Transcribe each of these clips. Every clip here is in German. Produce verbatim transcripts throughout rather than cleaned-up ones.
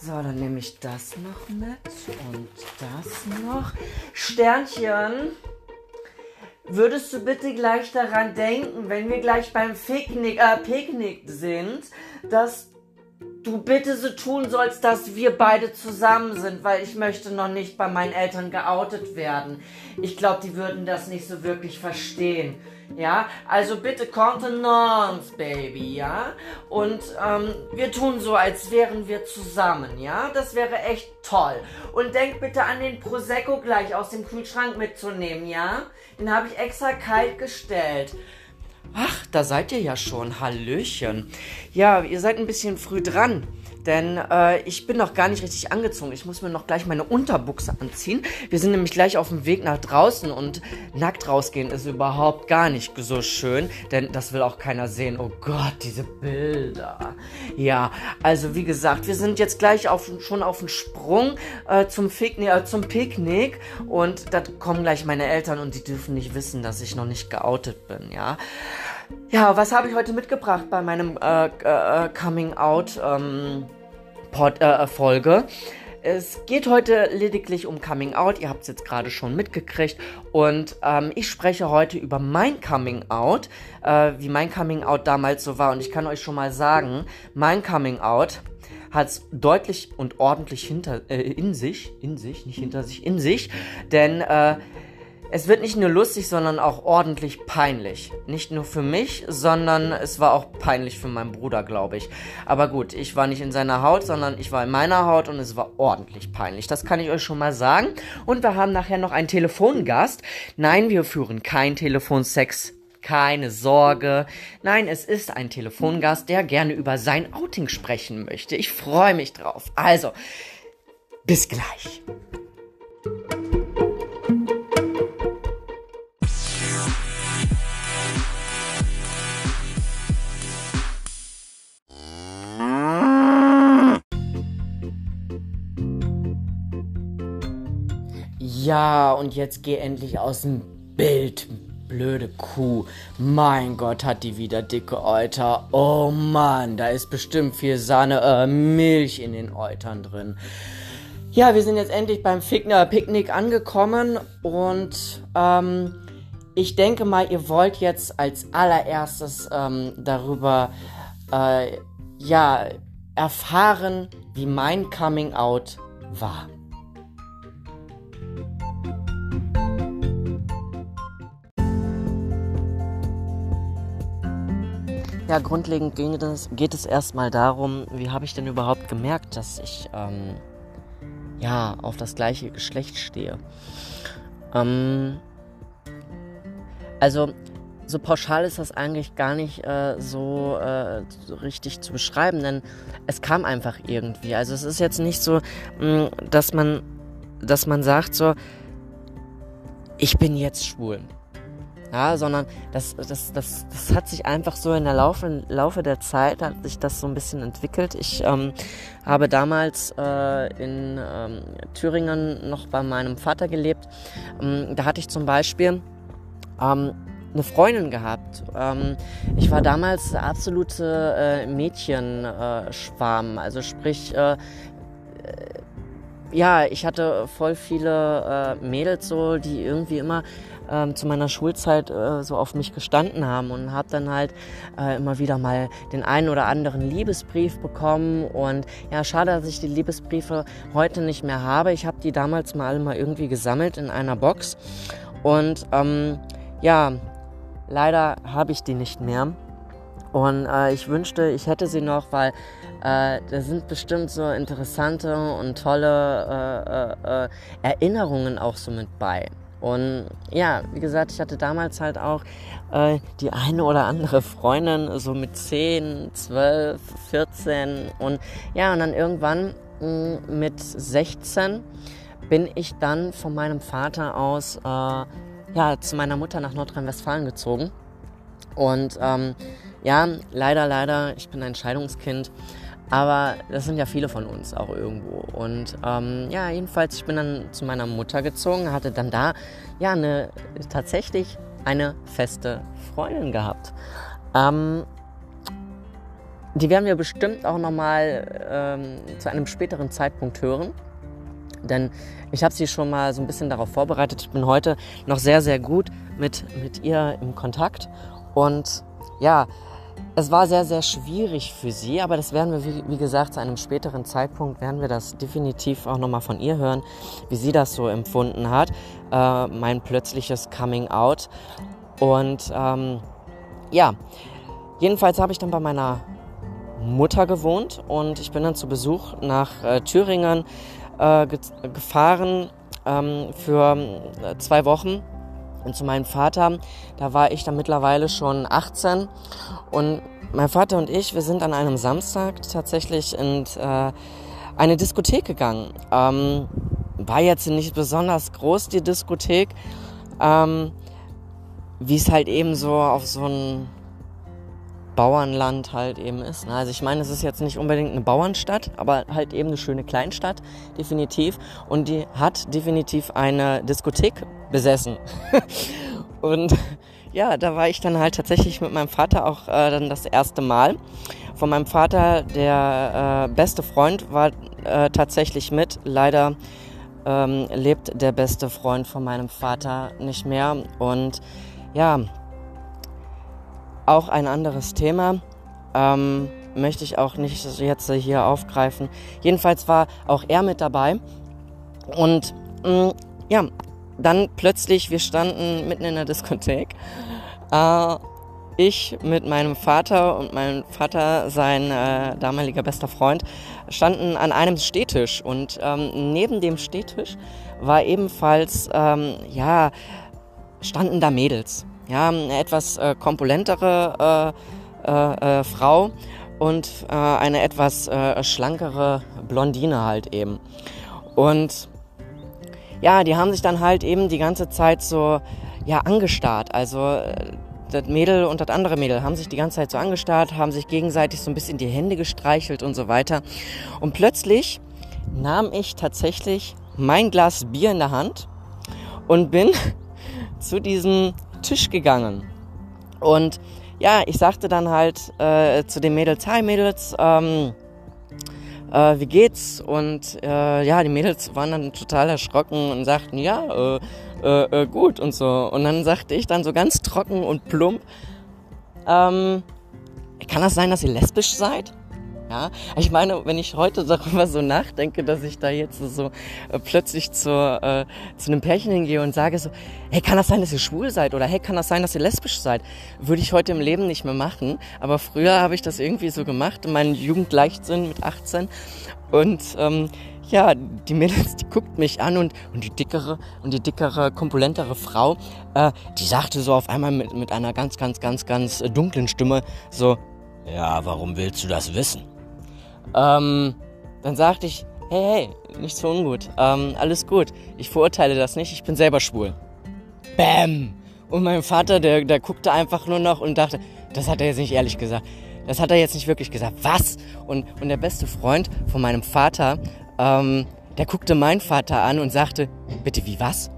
So, dann nehme ich das noch mit und das noch. Sternchen, würdest du bitte gleich daran denken, wenn wir gleich beim Picknick, äh, Picknick sind, dass du bitte so tun sollst, dass wir beide zusammen sind, weil ich möchte noch nicht bei meinen Eltern geoutet werden. Ich glaube, die würden das nicht so wirklich verstehen. Ja, also bitte Contenance, Baby, ja? Und ähm, wir tun so, als wären wir zusammen, ja? Das wäre echt toll. Und denk bitte an den Prosecco gleich aus dem Kühlschrank mitzunehmen, ja? Den habe ich extra kalt gestellt. Ach, da seid ihr ja schon. Hallöchen. Ja, ihr seid ein bisschen früh dran, denn äh, ich bin noch gar nicht richtig angezogen. Ich muss mir noch gleich meine Unterbuchse anziehen. Wir sind nämlich gleich auf dem Weg nach draußen und nackt rausgehen ist überhaupt gar nicht so schön, denn das will auch keiner sehen. Oh Gott, diese Bilder. Ja, also wie gesagt, wir sind jetzt gleich auf, schon auf dem Sprung äh, zum, Picknick, äh, zum Picknick und da kommen gleich meine Eltern und die dürfen nicht wissen, dass ich noch nicht geoutet bin, ja. Ja, was habe ich heute mitgebracht bei meinem äh, äh, Coming-out ähm, Pod, äh, Folge? Es geht heute lediglich um Coming-out, ihr habt es jetzt gerade schon mitgekriegt und ähm, ich spreche heute über mein Coming-out, äh, wie mein Coming-out damals so war und ich kann euch schon mal sagen, mein Coming-out hat es deutlich und ordentlich hinter, äh, in sich, in sich, nicht hinter sich, in sich, denn äh, es wird nicht nur lustig, sondern auch ordentlich peinlich. Nicht nur für mich, sondern es war auch peinlich für meinen Bruder, glaube ich. Aber gut, ich war nicht in seiner Haut, sondern ich war in meiner Haut und es war ordentlich peinlich. Das kann ich euch schon mal sagen. Und wir haben nachher noch einen Telefongast. Nein, wir führen kein Telefonsex. Keine Sorge. Nein, es ist ein Telefongast, der gerne über sein Outing sprechen möchte. Ich freue mich drauf. Also, bis gleich. Ja, und jetzt geh endlich aus dem Bild, blöde Kuh. Mein Gott, hat die wieder dicke Euter. Oh Mann, da ist bestimmt viel Sahne, äh, Milch in den Eutern drin. Ja, wir sind jetzt endlich beim Fickner Picknick angekommen und ähm, ich denke mal, ihr wollt jetzt als allererstes ähm, darüber äh, ja, erfahren, wie mein Coming Out war. Ja, grundlegend geht es, geht es erstmal darum, wie habe ich denn überhaupt gemerkt, dass ich ähm, ja, auf das gleiche Geschlecht stehe. Ähm, also, so pauschal ist das eigentlich gar nicht äh, so, äh, so richtig zu beschreiben, denn es kam einfach irgendwie. Also es ist jetzt nicht so, mh, dass man, dass man sagt so, ich bin jetzt schwul. Ja, sondern das, das, das, das hat sich einfach so in der Laufe, Laufe der Zeit hat sich das so ein bisschen entwickelt. Ich ähm, habe damals äh, in ähm, Thüringen noch bei meinem Vater gelebt. Ähm, da hatte ich zum Beispiel ähm, eine Freundin gehabt. Ähm, ich war damals der absolute äh, Mädchenschwarm. Äh, also sprich, äh, ja, ich hatte voll viele äh, Mädels so, die irgendwie immer ähm, zu meiner Schulzeit äh, so auf mich gestanden haben und habe dann halt äh, immer wieder mal den einen oder anderen Liebesbrief bekommen und ja, schade, dass ich die Liebesbriefe heute nicht mehr habe. Ich habe die damals mal alle mal irgendwie gesammelt in einer Box und ähm, ja, leider habe ich die nicht mehr. Und äh, ich wünschte, ich hätte sie noch, weil äh, da sind bestimmt so interessante und tolle äh, äh, Erinnerungen auch so mit bei. Und ja, wie gesagt, ich hatte damals halt auch äh, die eine oder andere Freundin, so mit zehn, zwölf, vierzehn und ja, und dann irgendwann mh, mit sechzehn bin ich dann von meinem Vater aus äh, ja, zu meiner Mutter nach Nordrhein-Westfalen gezogen. Und ähm, ja, leider, leider, ich bin ein Scheidungskind, aber das sind ja viele von uns auch irgendwo. Und ähm, ja, jedenfalls, ich bin dann zu meiner Mutter gezogen, hatte dann da ja eine, tatsächlich eine feste Freundin gehabt. Ähm, die werden wir bestimmt auch nochmal ähm, zu einem späteren Zeitpunkt hören. Denn ich habe sie schon mal so ein bisschen darauf vorbereitet. Ich bin heute noch sehr, sehr gut mit, mit ihr im Kontakt. Und ja, es war sehr, sehr schwierig für sie. Aber das werden wir, wie, wie gesagt, zu einem späteren Zeitpunkt, werden wir das definitiv auch nochmal von ihr hören, wie sie das so empfunden hat. Äh, mein plötzliches Coming Out. Und ähm, ja, jedenfalls habe ich dann bei meiner Mutter gewohnt. Und ich bin dann zu Besuch nach äh, Thüringen Äh, ge- gefahren ähm, für äh, zwei Wochen und zu meinem Vater. Da war ich dann mittlerweile schon achtzehn und mein Vater und ich, wir sind an einem Samstag tatsächlich in äh, eine Diskothek gegangen. Ähm, war jetzt nicht besonders groß, die Diskothek, ähm, wie es halt eben so auf so ein Bauernland halt eben ist. Also ich meine, es ist jetzt nicht unbedingt eine Bauernstadt, aber halt eben eine schöne Kleinstadt, definitiv. Und die hat definitiv eine Diskothek besessen. Und ja, da war ich dann halt tatsächlich mit meinem Vater auch äh, dann das erste Mal. Von meinem Vater, der äh, beste Freund war äh, tatsächlich mit. Leider ähm, lebt der beste Freund von meinem Vater nicht mehr. Und ja, auch ein anderes Thema, ähm, möchte ich auch nicht jetzt hier aufgreifen. Jedenfalls war auch er mit dabei und mh, ja, dann plötzlich, wir standen mitten in der Diskothek, äh, ich mit meinem Vater und mein Vater, sein äh, damaliger bester Freund, standen an einem Stehtisch und ähm, neben dem Stehtisch war ebenfalls, ähm, ja, standen da Mädels. Ja, eine etwas äh, kompulentere äh, äh, äh, Frau und äh, eine etwas äh, schlankere Blondine halt eben. Und ja, die haben sich dann halt eben die ganze Zeit so ja angestarrt. Also äh, das Mädel und das andere Mädel haben sich die ganze Zeit so angestarrt, haben sich gegenseitig so ein bisschen die Hände gestreichelt und so weiter. Und plötzlich nahm ich tatsächlich mein Glas Bier in der Hand und bin zu diesem Tisch gegangen. Und ja, ich sagte dann halt äh, zu den Mädels, hi Mädels, ähm, äh, wie geht's? Und äh, ja, die Mädels waren dann total erschrocken und sagten, ja, äh, äh, äh, gut und so. Und dann sagte ich dann so ganz trocken und plump, ähm, kann das sein, dass ihr lesbisch seid? Ja, ich meine, wenn ich heute darüber so nachdenke, dass ich da jetzt so äh, plötzlich zu, äh, zu einem Pärchen hingehe und sage so, hey, kann das sein, dass ihr schwul seid? Oder hey, kann das sein, dass ihr lesbisch seid? Würde ich heute im Leben nicht mehr machen. Aber früher habe ich das irgendwie so gemacht, in meinem Jugendleichtsinn mit achtzehn. Und ähm, ja, die Mädels, die guckt mich an und, und die dickere und die dickere, kompulentere Frau, äh, die sagte so auf einmal mit, mit einer ganz, ganz, ganz, ganz dunklen Stimme so, ja, warum willst du das wissen? Ähm, dann sagte ich, hey, hey, nicht so ungut, ähm, alles gut, ich verurteile das nicht, ich bin selber schwul. Bäm! Und mein Vater, der, der guckte einfach nur noch und dachte, das hat er jetzt nicht ehrlich gesagt, das hat er jetzt nicht wirklich gesagt, was? Und, und der beste Freund von meinem Vater, ähm, der guckte meinen Vater an und sagte, bitte, wie, was?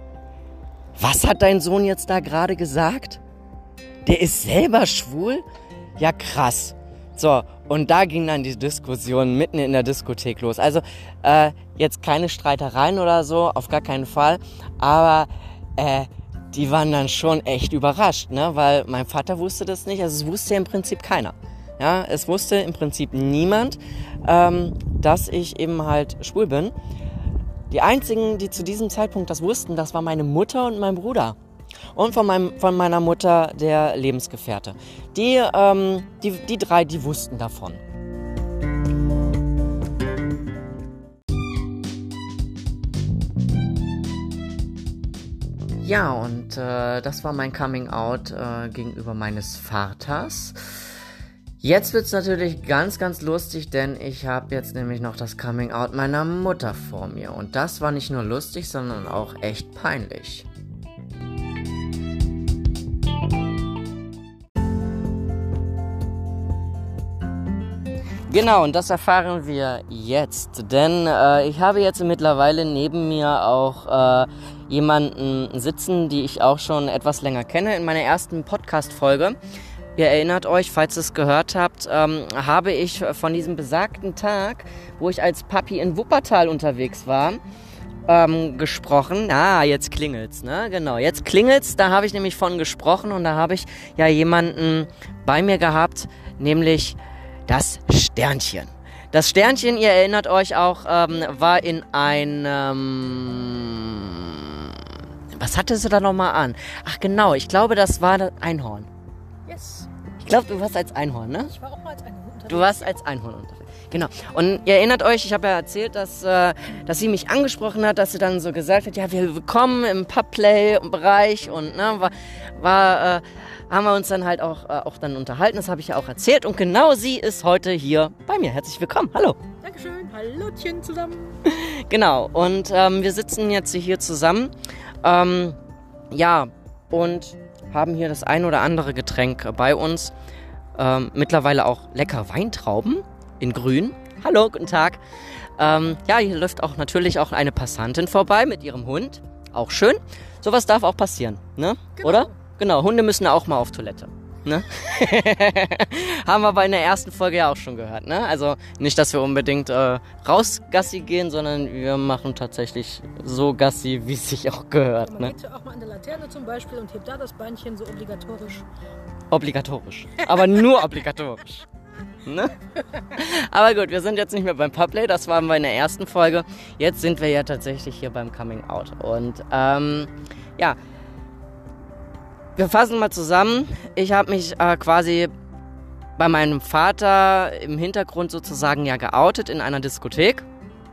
Was hat dein Sohn jetzt da gerade gesagt? Der ist selber schwul? Ja, krass. So, und da ging dann die Diskussion mitten in der Diskothek los. Also äh, jetzt keine Streitereien oder so, auf gar keinen Fall. Aber äh, die waren dann schon echt überrascht, ne? Weil mein Vater wusste das nicht. Also es wusste im Prinzip keiner. Ja, es wusste im Prinzip niemand, ähm, dass ich eben halt schwul bin. Die einzigen, die zu diesem Zeitpunkt das wussten, das war meine Mutter und mein Bruder. Und von, meinem, von meiner Mutter der Lebensgefährte. Die, ähm, die, die drei, die wussten davon. Ja, und äh, das war mein Coming Out äh, gegenüber meines Vaters. Jetzt wird's natürlich ganz, ganz lustig, denn ich habe jetzt nämlich noch das Coming Out meiner Mutter vor mir. Und das war nicht nur lustig, sondern auch echt peinlich. Genau, und das erfahren wir jetzt, denn äh, ich habe jetzt mittlerweile neben mir auch äh, jemanden sitzen, die ich auch schon etwas länger kenne. In meiner ersten Podcast-Folge ihr erinnert euch, falls ihr es gehört habt, ähm, habe ich von diesem besagten Tag, wo ich als Papi in Wuppertal unterwegs war, ähm, gesprochen. Ah, jetzt klingelt's, ne? Genau, jetzt klingelt's. Da habe ich nämlich von gesprochen und da habe ich ja jemanden bei mir gehabt, nämlich das Sternchen. Das Sternchen, ihr erinnert euch auch, ähm, war in einem... Was hatte sie da nochmal an? Ach genau, ich glaube, das war das Einhorn. Yes. Ich glaube, du warst als Einhorn, ne? Ich war auch mal als Einhorn unterwegs. Du warst als Einhorn unterwegs. Genau. Und ihr erinnert euch, ich habe ja erzählt, dass, äh, dass sie mich angesprochen hat, dass sie dann so gesagt hat, ja, wir willkommen im Pubplay-Bereich und ne, war, war äh, haben wir uns dann halt auch, äh, auch dann unterhalten, das habe ich ja auch erzählt und genau sie ist heute hier bei mir. Herzlich willkommen, hallo. Dankeschön, hallöchen zusammen. Genau, und ähm, wir sitzen jetzt hier zusammen, ähm, ja, und haben hier das ein oder andere Getränk bei uns. Ähm, mittlerweile auch lecker Weintrauben in grün. Hallo, guten Tag. Ähm, ja, hier läuft auch natürlich auch eine Passantin vorbei mit ihrem Hund. Auch schön. Sowas darf auch passieren, ne? Genau. Oder? Genau, Hunde müssen auch mal auf Toilette. Ne? Haben wir bei in der ersten Folge ja auch schon gehört, ne? Also nicht, dass wir unbedingt äh, raus Gassi gehen, sondern wir machen tatsächlich so Gassi, wie es sich auch gehört, Man ne? geht ja auch mal an der Laterne zum Beispiel und hebt da das Beinchen so obligatorisch. Obligatorisch. Aber nur obligatorisch. Ne? Aber gut, wir sind jetzt nicht mehr beim Pubplay, das waren wir in der ersten Folge. Jetzt sind wir ja tatsächlich hier beim Coming Out. Und ähm, ja, wir fassen mal zusammen. Ich habe mich äh, quasi bei meinem Vater im Hintergrund sozusagen ja geoutet in einer Diskothek.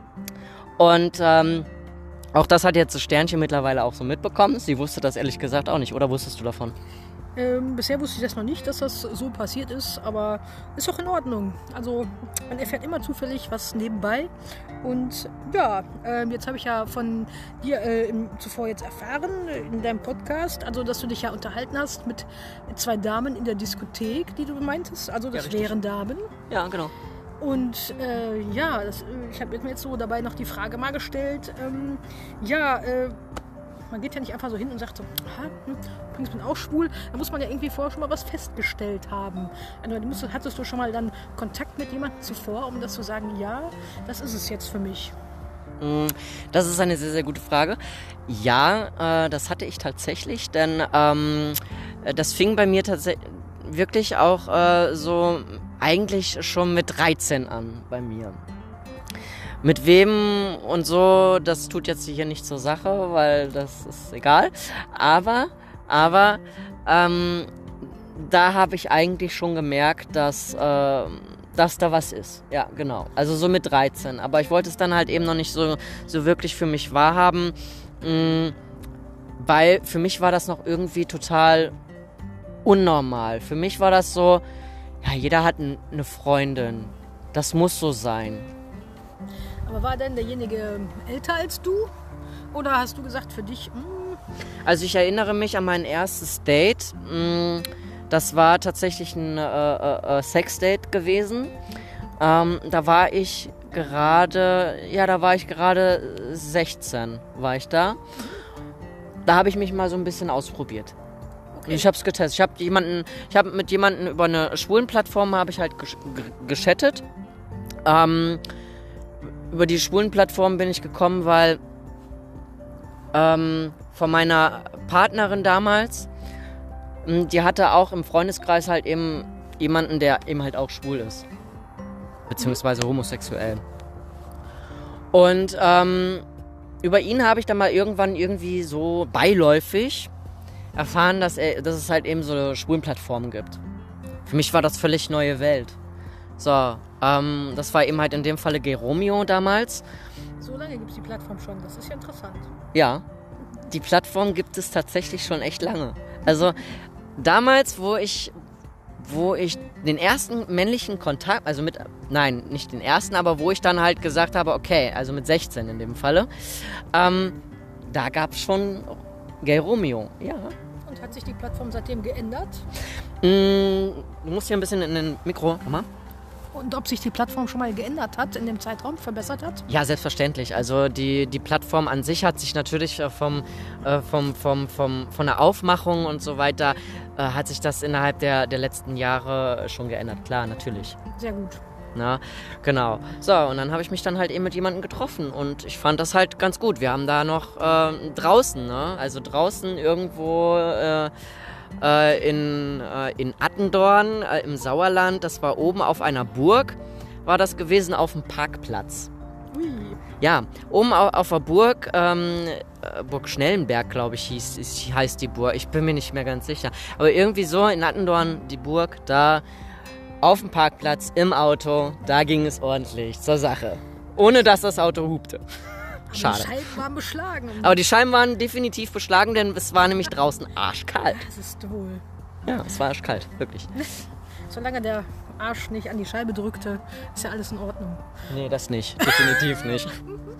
Und ähm, auch das hat jetzt das Sternchen mittlerweile auch so mitbekommen. Sie wusste das ehrlich gesagt auch nicht, oder wusstest du davon? Ähm, bisher wusste ich das noch nicht, dass das so passiert ist, aber ist doch in Ordnung. Also man erfährt immer zufällig was nebenbei. Und ja, ähm, jetzt habe ich ja von dir äh, im, zuvor jetzt erfahren in deinem Podcast, also dass du dich ja unterhalten hast mit zwei Damen in der Diskothek, die du meintest. Also das Ja, wären Damen. Ja, genau. Und äh, ja, das, ich habe mir jetzt so dabei noch die Frage mal gestellt, ähm, ja, äh, man geht ja nicht einfach so hin und sagt so, aha, hm, übrigens bin auch schwul. Da muss man ja irgendwie vorher schon mal was festgestellt haben. Also, musst, hattest du schon mal dann Kontakt mit jemandem zuvor, um das zu sagen, ja, das ist es jetzt für mich? Das ist eine sehr, sehr gute Frage. Ja, äh, das hatte ich tatsächlich, denn ähm, das fing bei mir tatsächlich wirklich auch äh, so eigentlich schon mit dreizehn an bei mir. Mit wem und so, das tut jetzt hier nicht zur Sache, weil das ist egal. Aber, aber, ähm, da habe ich eigentlich schon gemerkt, dass, äh, dass da was ist. Ja, genau. Also so mit dreizehn. Aber ich wollte es dann halt eben noch nicht so, so wirklich für mich wahrhaben, mh, weil für mich war das noch irgendwie total unnormal. Für mich war das so, ja, jeder hat n- eine Freundin. Das muss so sein. Aber war denn derjenige älter als du? Oder hast du gesagt für dich, hm, Also ich erinnere mich an mein erstes Date. Mm, Das war tatsächlich ein äh, äh, Sexdate gewesen. Ähm, da war ich gerade, ja, da war ich gerade sechzehn, war ich da. Da habe ich mich mal so ein bisschen ausprobiert. okay. Ich habe es getestet. Ich habe jemanden, ich habe mit jemandem über eine Schwulenplattform habe ich halt gesch- ge- geschattet. Ähm, über die Schwulenplattform bin ich gekommen, weil ähm, von meiner Partnerin damals, m, die hatte auch im Freundeskreis halt eben jemanden, der eben halt auch schwul ist. Beziehungsweise homosexuell. Und ähm, über ihn habe ich dann mal irgendwann irgendwie so beiläufig erfahren, dass, er, dass es halt eben so eine Schwulenplattform gibt. Für mich war das völlig neue Welt. So, ähm, das war eben halt in dem Falle Gay Romeo damals. So lange gibt es die Plattform schon, das ist ja interessant. Ja, die Plattform gibt es tatsächlich schon echt lange. Also damals, wo ich, wo ich den ersten männlichen Kontakt, also mit, nein, nicht den ersten, aber wo ich dann halt gesagt habe, okay, also mit sechzehn in dem Falle, ähm, da gab es schon Gay Romeo, ja. Und hat sich die Plattform seitdem geändert? Mm, du musst hier ein bisschen in den Mikro, Mama. Und ob sich die Plattform schon mal geändert hat, in dem Zeitraum verbessert hat? Ja, selbstverständlich. Also die, die Plattform an sich hat sich natürlich äh, vom, äh, vom, vom, vom, von der Aufmachung und so weiter, äh, hat sich das innerhalb der, der letzten Jahre schon geändert. Klar, natürlich. Sehr gut. Na, genau. So, und dann habe ich mich dann halt eben mit jemandem getroffen und ich fand das halt ganz gut. Wir haben da noch äh, draußen, ne? Also draußen irgendwo äh, äh, in, äh, in Attendorn äh, im Sauerland, das war oben auf einer Burg, war das gewesen auf dem Parkplatz. Ui. Ja, oben auf, auf der Burg, ähm, äh, Burg Schnellenberg, glaube ich, hieß, ist, heißt die Burg. Ich bin mir nicht mehr ganz sicher. Aber irgendwie so in Attendorn, die Burg, da auf dem Parkplatz, im Auto, da ging es ordentlich zur Sache. Ohne dass das Auto hupte. Schade. Die Scheiben waren beschlagen. Aber die Scheiben waren definitiv beschlagen, denn es war nämlich draußen arschkalt. Das ist wohl. Ja, es war arschkalt, wirklich. Solange der Arsch nicht an die Scheibe drückte, ist ja alles in Ordnung. Nee, das nicht. Definitiv nicht.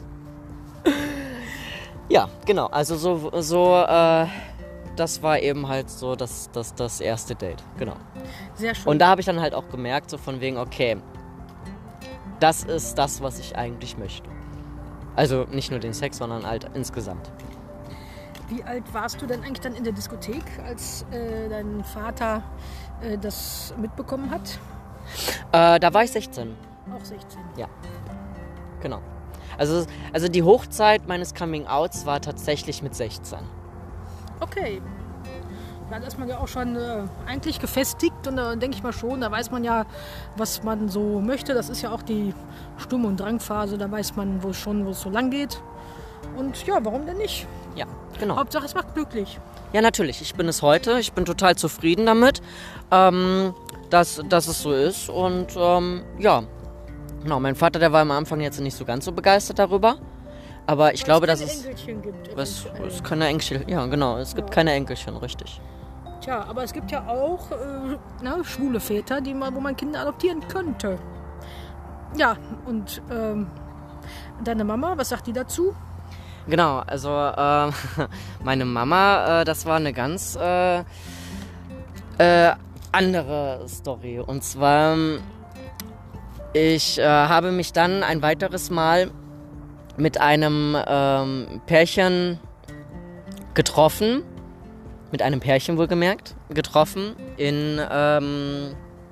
Ja, genau. Also so, so äh, das war eben halt so das, das, das erste Date. Genau. Sehr schön. Und da habe ich dann halt auch gemerkt, so von wegen, okay, das ist das, was ich eigentlich möchte. Also nicht nur den Sex, sondern halt insgesamt. Wie alt warst du denn eigentlich dann in der Diskothek, als äh, dein Vater äh, das mitbekommen hat? Äh, da war ich sechzehn. Auch sechzehn. Ja, genau. Also, also die Hochzeit meines Coming-Outs war tatsächlich mit sechzehn. Okay. Ja, da ist man ja auch schon äh, eigentlich gefestigt und da denke ich mal schon, da weiß man ja, was man so möchte. Das ist ja auch die Sturm- und Drangphase, da weiß man wo schon, wo es so lang geht. Und ja, warum denn nicht? Ja, genau. Hauptsache es macht glücklich. Ja, natürlich. Ich bin es heute. Ich bin total zufrieden damit, ähm, dass, dass es so ist. Und ähm, ja, genau. Mein Vater, der war am Anfang jetzt nicht so ganz so begeistert darüber. Aber ich Weil glaube, es dass keine es... Enkelchen gibt. Es, eventuell. es keine Enkelchen... Ja, genau. Es gibt Ja. keine Enkelchen, richtig. Tja, aber es gibt ja auch äh, na, schwule Väter, die mal, wo man Kinder adoptieren könnte. Ja, und ähm, deine Mama, was sagt die dazu? Genau, also äh, meine Mama, äh, das war eine ganz äh, äh, andere Story. Und zwar, ähm, ich äh, habe mich dann ein weiteres Mal mit einem ähm, Pärchen getroffen, mit einem Pärchen wohlgemerkt, getroffen in, ähm,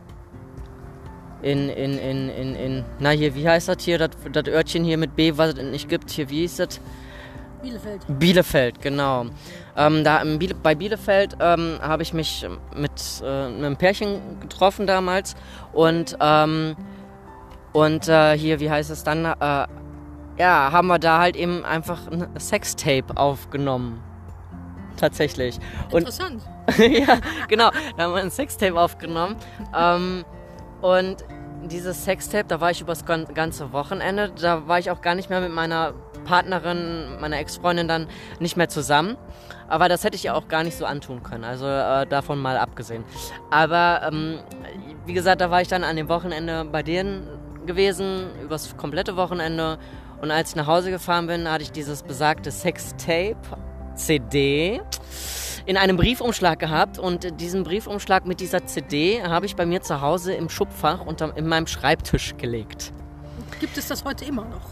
in, in, in, in, in, na hier, wie heißt das hier, das, das Örtchen hier mit B, was es nicht gibt, hier, wie ist das? Bielefeld. Bielefeld, genau. Ähm, da im Biele, bei Bielefeld ähm, habe ich mich mit äh, einem Pärchen getroffen damals und, ähm, und äh, hier, wie heißt es dann, äh, ja, haben wir da halt eben einfach ein Sextape aufgenommen. Tatsächlich. Und, Interessant. ja, genau, da haben wir ein Sextape aufgenommen. Ähm, und dieses Sextape, da war ich übers ganze Wochenende, da war ich auch gar nicht mehr mit meiner Partnerin, meiner Ex-Freundin dann nicht mehr zusammen. Aber das hätte ich ja auch gar nicht so antun können, also äh, davon mal abgesehen. Aber ähm, wie gesagt, da war ich dann an dem Wochenende bei denen gewesen, übers komplette Wochenende. Und als ich nach Hause gefahren bin, hatte ich dieses besagte Sextape, C D, in einem Briefumschlag gehabt. Und diesen Briefumschlag mit dieser C D habe ich bei mir zu Hause im Schubfach unter, in meinem Schreibtisch gelegt. Gibt es das heute immer noch?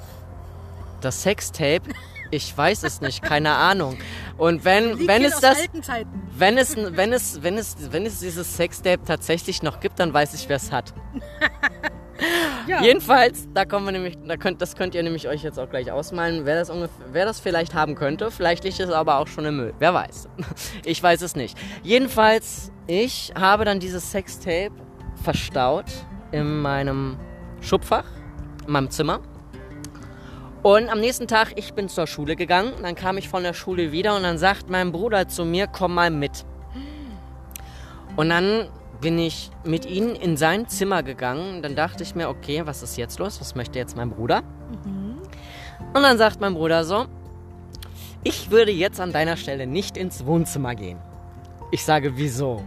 Das Sextape? Ich weiß es nicht, keine Ahnung. Und wenn, Liegt wenn hier es aus das, alten Zeiten. wenn es, wenn es, wenn es, wenn es dieses Sextape tatsächlich noch gibt, dann weiß ich, wer es hat. Ja. Jedenfalls, da kommen wir nämlich, da könnt, das könnt ihr nämlich euch jetzt auch gleich ausmalen, wer das ungefähr, wer das vielleicht haben könnte. Vielleicht liegt es aber auch schon im Müll. Wer weiß. Ich weiß es nicht. Jedenfalls, ich habe dann dieses Sextape verstaut in meinem Schubfach, in meinem Zimmer. Und am nächsten Tag, ich bin zur Schule gegangen, dann kam ich von der Schule wieder und dann sagt mein Bruder zu mir, komm mal mit. Und dann bin ich mit ihm in sein Zimmer gegangen. Dann dachte ich mir, okay, was ist jetzt los? Was möchte jetzt mein Bruder? Mhm. Und dann sagt mein Bruder so, ich würde jetzt an deiner Stelle nicht ins Wohnzimmer gehen. Ich sage, wieso?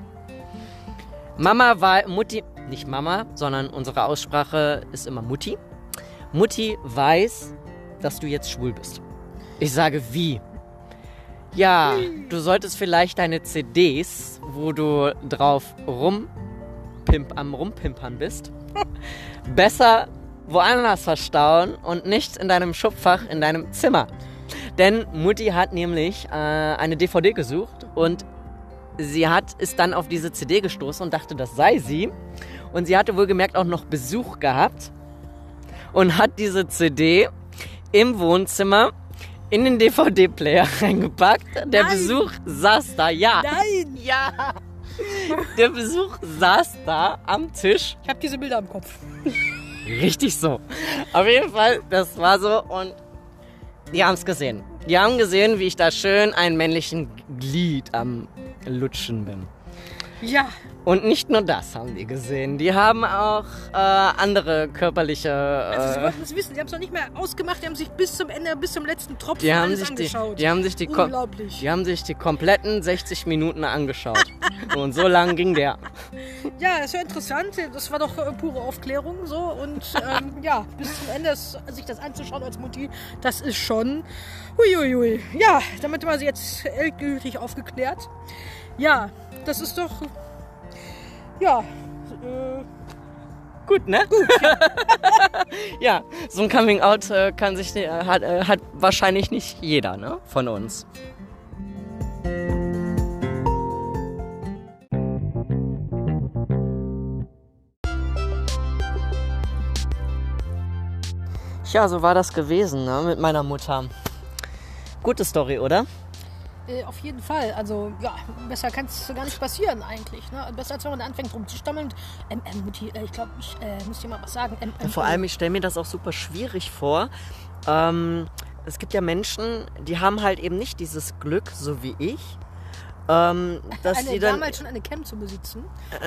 Mama war, Mutti, nicht Mama, sondern unsere Aussprache ist immer Mutti. Mutti weiß, dass du jetzt schwul bist. Ich sage, wie? Ja, du solltest vielleicht deine C Ds, wo du drauf rumpimp, am Rumpimpern bist, besser woanders verstauen und nicht in deinem Schubfach in deinem Zimmer. Denn Mutti hat nämlich äh, eine D V D gesucht und sie hat, ist dann auf diese C D gestoßen und dachte, das sei sie. Und sie hatte wohlgemerkt auch noch Besuch gehabt und hat diese C D im Wohnzimmer in den D V D-Player reingepackt. Der Nein. Besuch saß da, ja. Nein! Ja. Der Besuch saß da am Tisch. Ich habe diese Bilder im Kopf. Richtig so. Auf jeden Fall, das war so und die haben es gesehen. Die haben gesehen, wie ich da schön einen männlichen Glied am Lutschen bin. Ja, Und nicht nur das haben die gesehen. Die haben auch äh, andere körperliche... also Sie Äh, wollten es wissen, Sie haben es noch nicht mehr ausgemacht, die haben sich bis zum Ende, bis zum letzten Tropfen die, haben alles sich die, angeschaut. die, haben sich die, ko- Unglaublich. die haben sich die kompletten sechzig Minuten angeschaut. Und so lang ging der. Ja, das ist ja interessant. Das war doch äh, pure Aufklärung so. Und ähm, ja, bis zum Ende es, sich das anzuschauen als Mutti, das ist schon huiuiui. Ja, damit war sie jetzt endgültig aufgeklärt. Ja, das ist doch... Ja, äh, Gut, ne? Gut. Ja, so ein Coming-out äh, kann sich, äh, hat, äh, hat wahrscheinlich nicht jeder, ne? Von uns. Ja, so war das gewesen, ne? Mit meiner Mutter. Gute Story, oder? äh, auf jeden Fall. Also, ja, besser kann es gar nicht passieren eigentlich. Ne? Besser als wenn man anfängt rumzustammeln und, ähm, ähm, Mutti, äh, ich glaube, ich äh, muss dir mal was sagen. Ähm, ähm, Vor allem, ich stelle mir das auch super schwierig vor. Ähm, es gibt ja Menschen, die haben halt eben nicht dieses Glück, so wie ich, ähm, dass eine, die dann, damals schon eine Cam zu besitzen.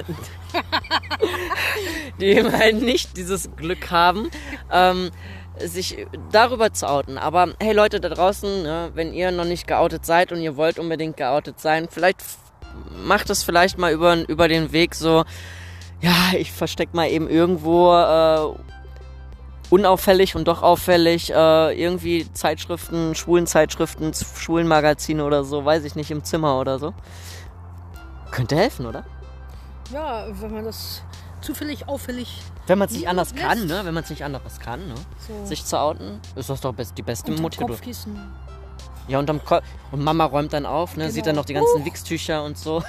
die eben halt nicht dieses Glück haben, ähm, sich darüber zu outen. Aber hey Leute da draußen, ne, wenn ihr noch nicht geoutet seid und ihr wollt unbedingt geoutet sein, vielleicht f- macht es vielleicht mal über, über den Weg so, ja, ich versteck mal eben irgendwo äh, unauffällig und doch auffällig äh, irgendwie Zeitschriften, schwulen Zeitschriften, schwulen Magazine oder so, weiß ich nicht, im Zimmer oder so. Könnte helfen, oder? Ja, wenn man das zufällig, auffällig Wenn man es nicht Ja, anders lässt. kann, ne? Wenn man es nicht anders kann, ne? so Sich zu outen, ist das doch best, die beste unterm Motivation. Kopfkissen. Ja, unterm Kopf. Und Mama räumt dann auf, ne? Genau. Sieht dann noch die ganzen Wichstücher und so.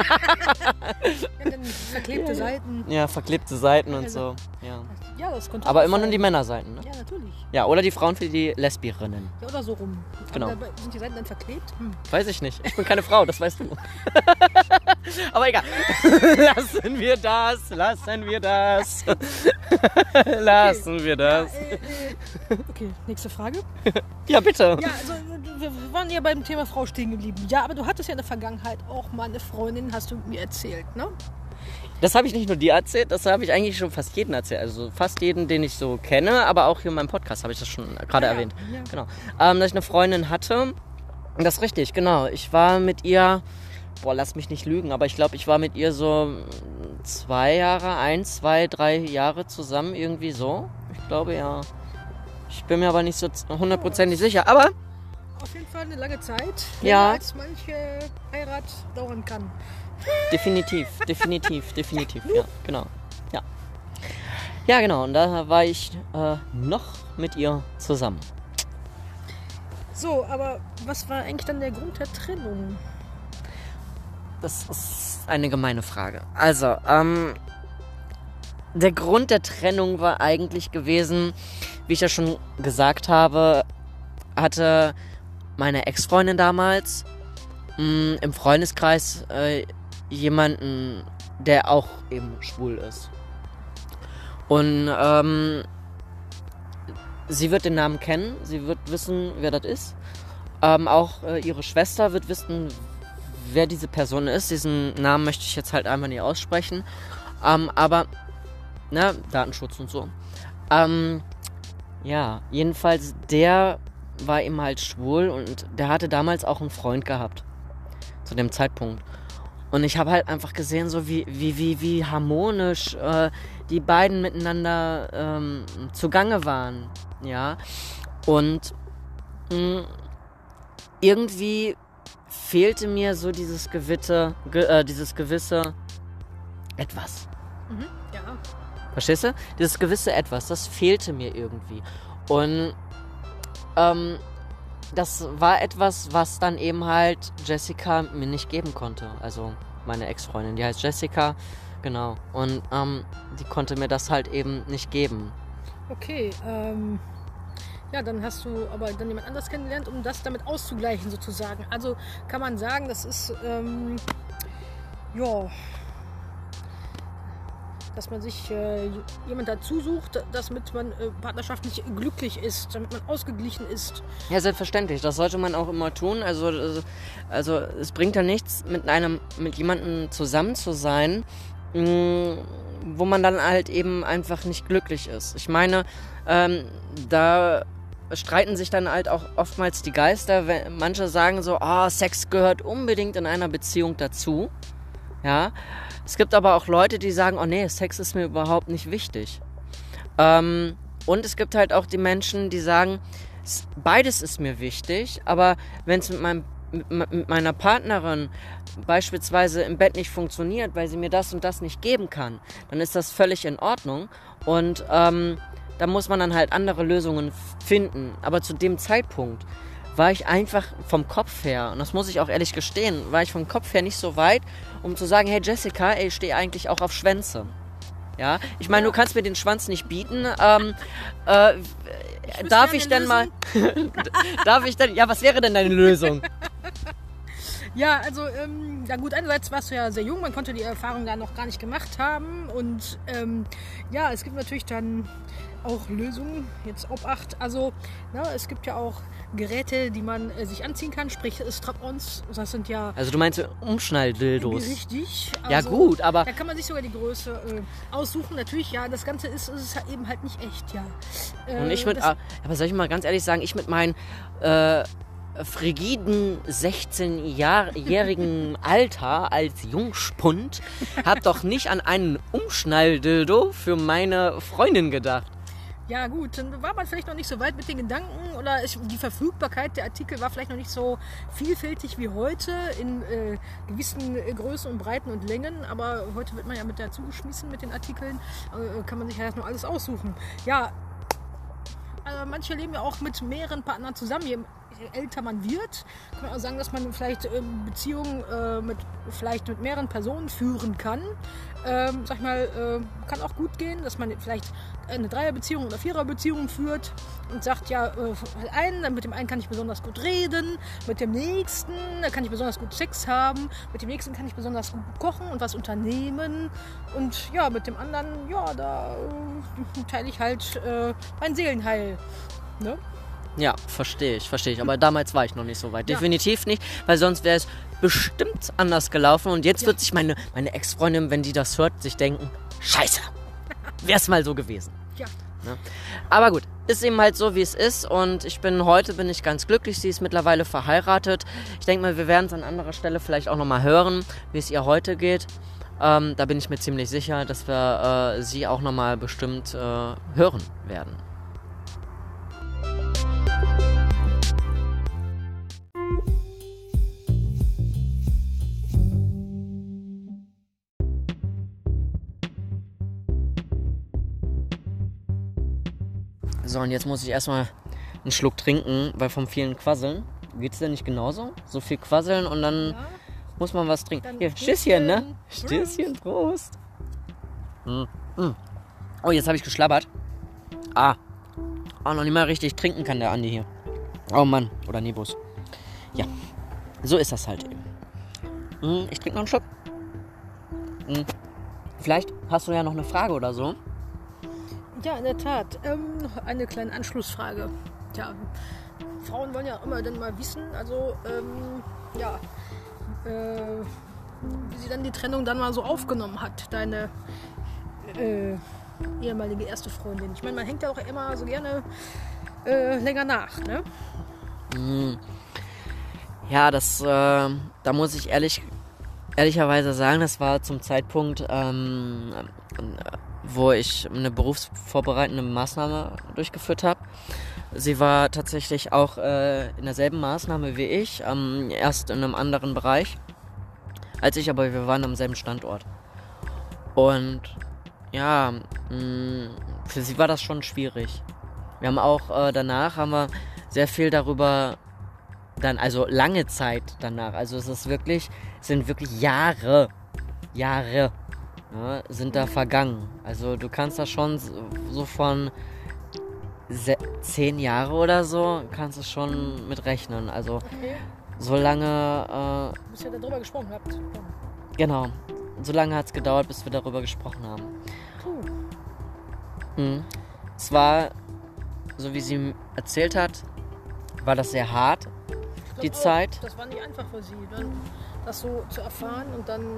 Ja, dann verklebte Seiten. Ja, verklebte Seiten und Also- so. Ja. Ja, das könnte Aber auch immer nur sein. die Männerseiten, ne? Ja, natürlich. Ja, oder die Frauen für die Lesbierinnen. Ja, oder so rum. Genau. Aber dabei sind die Seiten dann verklebt? Hm. Weiß ich nicht. Ich bin keine Frau, das weißt du. Aber egal. Lassen wir das, lassen wir das. Lassen wir das. Äh, äh, okay, nächste Frage. Ja, bitte. Ja, also wir waren ja beim Thema Frau stehen geblieben. Ja, aber du hattest ja in der Vergangenheit auch mal eine Freundin, hast du mir erzählt, ne? Das habe ich nicht nur dir erzählt, das habe ich eigentlich schon fast jeden erzählt. Also fast jeden, den ich so kenne, aber auch hier in meinem Podcast habe ich das schon gerade Ja, erwähnt. ja. Genau. Ähm, dass ich eine Freundin hatte. Und das ist richtig, genau. Ich war mit ihr, boah, lass mich nicht lügen, aber ich glaube, ich war mit ihr so zwei Jahre, ein, zwei, drei Jahre zusammen, irgendwie so. Ich glaube, ja. Ich bin mir aber nicht so hundertprozentig sicher. Aber Auf jeden Fall eine lange Zeit, Ja. länger als manche Heirat dauern kann. definitiv, definitiv, definitiv, ja, genau. Ja. Ja, genau. Und da war ich äh, noch mit ihr zusammen. So, aber was war eigentlich dann der Grund der Trennung? Das ist eine gemeine Frage. Also, ähm, der Grund der Trennung war eigentlich gewesen, wie ich ja schon gesagt habe, hatte meine Ex-Freundin damals mh, im Freundeskreis äh, jemanden, der auch eben schwul ist. Und ähm, sie wird den Namen kennen, sie wird wissen, wer das ist. Ähm, auch äh, ihre Schwester wird wissen, wer diese Person ist. Diesen Namen möchte ich jetzt halt einfach nicht aussprechen. Ähm, aber, ne, Datenschutz und so. Ähm, ja, jedenfalls, der war eben halt schwul und der hatte damals auch einen Freund gehabt. Zu dem Zeitpunkt. Und ich habe halt einfach gesehen, so wie, wie, wie, wie harmonisch äh, die beiden miteinander ähm, zugange waren. Ja. Und mh, irgendwie fehlte mir so dieses gewisse, ge, äh, dieses gewisse etwas. Mhm. Ja. Verstehst du? Dieses gewisse Etwas, das fehlte mir irgendwie. Und ähm, das war etwas, was dann eben halt Jessica mir nicht geben konnte. Also meine Ex-Freundin, die heißt Jessica, genau. Und ähm, die konnte mir das halt eben nicht geben. Okay, ähm, ja, dann hast du aber dann jemand anders kennengelernt, um das damit auszugleichen sozusagen. Also kann man sagen, das ist, ähm, ja, dass man sich äh, jemand dazu sucht, damit man äh, partnerschaftlich glücklich ist, damit man ausgeglichen ist. Ja, selbstverständlich. Das sollte man auch immer tun. Also, also, also es bringt ja nichts, mit einem, mit jemandem zusammen zu sein, mh, wo man dann halt eben einfach nicht glücklich ist. Ich meine, ähm, da streiten sich dann halt auch oftmals die Geister. Wenn manche sagen so, oh, Sex gehört unbedingt in einer Beziehung dazu. Ja. Es gibt aber auch Leute, die sagen, oh nee, Sex ist mir überhaupt nicht wichtig. Ähm, und es gibt halt auch die Menschen, die sagen, beides ist mir wichtig, aber wenn es mit meinem mit meiner Partnerin beispielsweise im Bett nicht funktioniert, weil sie mir das und das nicht geben kann, dann ist das völlig in Ordnung. Und ähm, da muss man dann halt andere Lösungen finden. Aber zu dem Zeitpunkt war ich einfach vom Kopf her, und das muss ich auch ehrlich gestehen, war ich vom Kopf her nicht so weit, um zu sagen, hey Jessica, ey, ich stehe eigentlich auch auf Schwänze. Ja, ich meine, du kannst mir den Schwanz nicht bieten. Ähm, äh, ich darf ich denn mal... darf ich denn... Ja, was wäre denn deine Lösung? Ja, also, ähm, ja gut, einerseits warst du ja sehr jung, man konnte die Erfahrung da noch gar nicht gemacht haben und ähm, ja, es gibt natürlich dann auch Lösungen, jetzt Obacht, also na, es gibt ja auch Geräte, die man äh, sich anziehen kann, sprich Strap-ons, das sind ja... Also du meinst Umschnalldildos? Richtig. Also, ja gut, aber... Da kann man sich sogar die Größe äh, aussuchen, natürlich, ja, das Ganze ist, ist halt eben halt nicht echt, ja. Äh, und ich mit, aber soll ich mal ganz ehrlich sagen, ich mit meinen... Äh, frigiden sechzehnjährigen Alter als Jungspund hab doch nicht an einen Umschnalldildo für meine Freundin gedacht. Ja gut, dann war man vielleicht noch nicht so weit mit den Gedanken oder ich, die Verfügbarkeit der Artikel war vielleicht noch nicht so vielfältig wie heute in äh, gewissen äh, Größen und Breiten und Längen, aber heute wird man ja mit dazu geschmissen mit den Artikeln, äh, kann man sich ja nur alles aussuchen. Ja, äh, manche leben ja auch mit mehreren Partnern zusammen. Je älter man wird, kann man auch sagen, dass man vielleicht äh, Beziehungen äh, mit, vielleicht mit mehreren Personen führen kann. Ähm, sag ich mal, äh, kann auch gut gehen, dass man vielleicht eine Dreierbeziehung oder Viererbeziehung führt und sagt, ja, äh, einen, mit dem einen kann ich besonders gut reden, mit dem nächsten da kann ich besonders gut Sex haben, mit dem nächsten kann ich besonders gut kochen und was unternehmen und ja, mit dem anderen, ja, da äh, teile ich halt äh, mein Seelenheil. Ne? Ja, verstehe ich, verstehe ich. Aber damals war ich noch nicht so weit. Ja. Definitiv nicht, weil sonst wäre es bestimmt anders gelaufen. Und jetzt Ja. wird sich meine, meine Ex-Freundin, wenn die das hört, sich denken, scheiße, wär's mal so gewesen. Ja. Ne? Aber gut, ist eben halt so, wie es ist. Und ich bin heute bin ich ganz glücklich. Sie ist mittlerweile verheiratet. Ich denke mal, wir werden es an anderer Stelle vielleicht auch nochmal hören, wie es ihr heute geht. Ähm, da bin ich mir ziemlich sicher, dass wir äh, sie auch nochmal bestimmt äh, hören werden. So, und jetzt muss ich erstmal einen Schluck trinken, weil vom vielen Quasseln, geht's dir nicht genauso? So viel quasseln und dann Ja. muss man was trinken. Dann Hier, Stößchen, ne? Stößchen. Stößchen, Prost. Mm, mm. Oh, jetzt habe ich geschlabbert. Ah. Oh, noch nicht mal richtig trinken kann der Andi hier. Oh Mann, oder Nebus. Ja, so ist das halt eben. Mm, ich trinke noch einen Schluck. Mm. Vielleicht hast du ja noch eine Frage oder so. Ja, in der Tat. Ähm, noch eine kleine Anschlussfrage. Ja, Frauen wollen ja immer dann mal wissen, also ähm, ja, äh, wie sie dann die Trennung dann mal so aufgenommen hat, deine äh, ehemalige erste Freundin. Ich meine, man hängt ja auch immer so gerne äh, länger nach, ne? Mm. Ja, das, äh, da muss ich ehrlich, ehrlicherweise sagen, das war zum Zeitpunkt, ähm, wo ich eine berufsvorbereitende Maßnahme durchgeführt habe. Sie war tatsächlich auch äh, in derselben Maßnahme wie ich, ähm, erst in einem anderen Bereich als ich, aber wir waren am selben Standort. Und ja, mh, für sie war das schon schwierig. Wir haben auch äh, danach haben wir sehr viel darüber, dann also lange Zeit danach, also es ist wirklich, es sind wirklich Jahre, Jahre, ja, sind da vergangen. Also du kannst da schon so, so von se- zehn Jahre oder so, kannst du schon mit rechnen. Also Okay. so lange, äh, Bis ihr darüber gesprochen habt. Ja. genau, so lange hat es gedauert, bis wir darüber gesprochen haben. Puh. Mhm. Es war, so wie sie erzählt hat, war das sehr hart, Ich die glaub Zeit. Auch, das war nicht einfach für sie, dann das so zu erfahren und dann,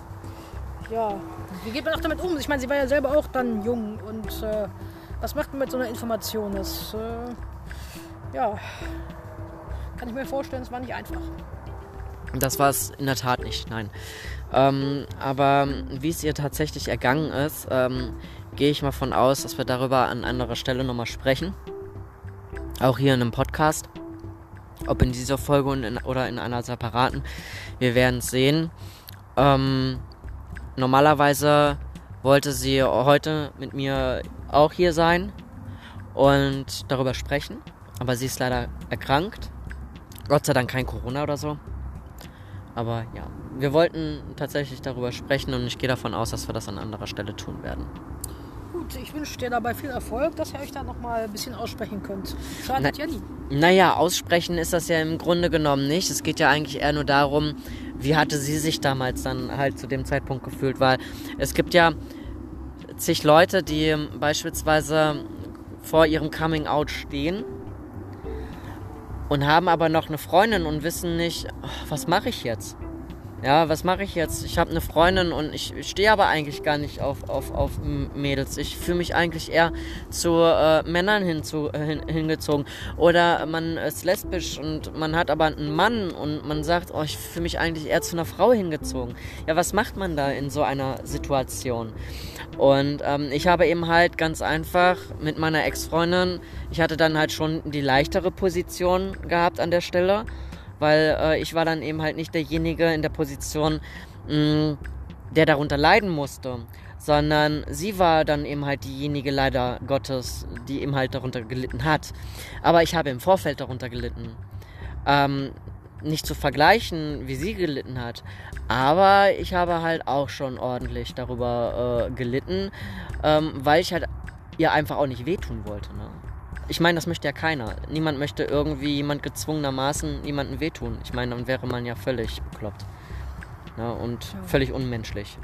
ja, wie geht man auch damit um? Ich meine, sie war ja selber auch dann jung und äh, was macht man mit so einer Information? Das, äh, ja, kann ich mir vorstellen, es war nicht einfach. Das war es in der Tat nicht, nein. Ähm, aber wie es ihr tatsächlich ergangen ist, ähm, gehe ich mal von aus, dass wir darüber an anderer Stelle nochmal sprechen. Auch hier in einem Podcast. Ob in dieser Folge und in, oder in einer separaten. Wir werden es sehen. Ähm, normalerweise wollte sie heute mit mir auch hier sein und darüber sprechen. Aber sie ist leider erkrankt. Gott sei Dank kein Corona oder so. Aber ja, wir wollten tatsächlich darüber sprechen und ich gehe davon aus, dass wir das an anderer Stelle tun werden. Gut, ich wünsche dir dabei viel Erfolg, dass ihr euch da nochmal ein bisschen aussprechen könnt. Schadet Na- ja nie. Naja, aussprechen ist das ja im Grunde genommen nicht. Es geht ja eigentlich eher nur darum, wie hatte sie sich damals dann halt zu dem Zeitpunkt gefühlt. Weil es gibt ja zig Leute, die beispielsweise vor ihrem Coming-out stehen und haben aber noch eine Freundin und wissen nicht, oh, was mache ich jetzt? Ja, was mache ich jetzt? Ich habe eine Freundin und ich stehe aber eigentlich gar nicht auf, auf, auf Mädels. Ich fühle mich eigentlich eher zu äh, Männern hinzu, äh, hin, hingezogen. Oder man ist lesbisch und man hat aber einen Mann und man sagt, oh, ich fühle mich eigentlich eher zu einer Frau hingezogen. Ja, was macht man da in so einer Situation? Und ähm, ich habe eben halt ganz einfach mit meiner Ex-Freundin, ich hatte dann halt schon die leichtere Position gehabt an der Stelle, weil äh, ich war dann eben halt nicht derjenige in der Position, mh, der darunter leiden musste, sondern sie war dann eben halt diejenige, leider Gottes, die eben halt darunter gelitten hat. Aber ich habe im Vorfeld darunter gelitten. Ähm, nicht zu vergleichen, wie sie gelitten hat, aber ich habe halt auch schon ordentlich darüber äh, gelitten, ähm, weil ich halt ihr einfach auch nicht wehtun wollte, ne? Ich meine, das möchte ja keiner. Niemand möchte irgendwie jemand gezwungenermaßen jemandem wehtun. Ich meine, dann wäre man ja völlig bekloppt. Ja, und Ja. völlig unmenschlich.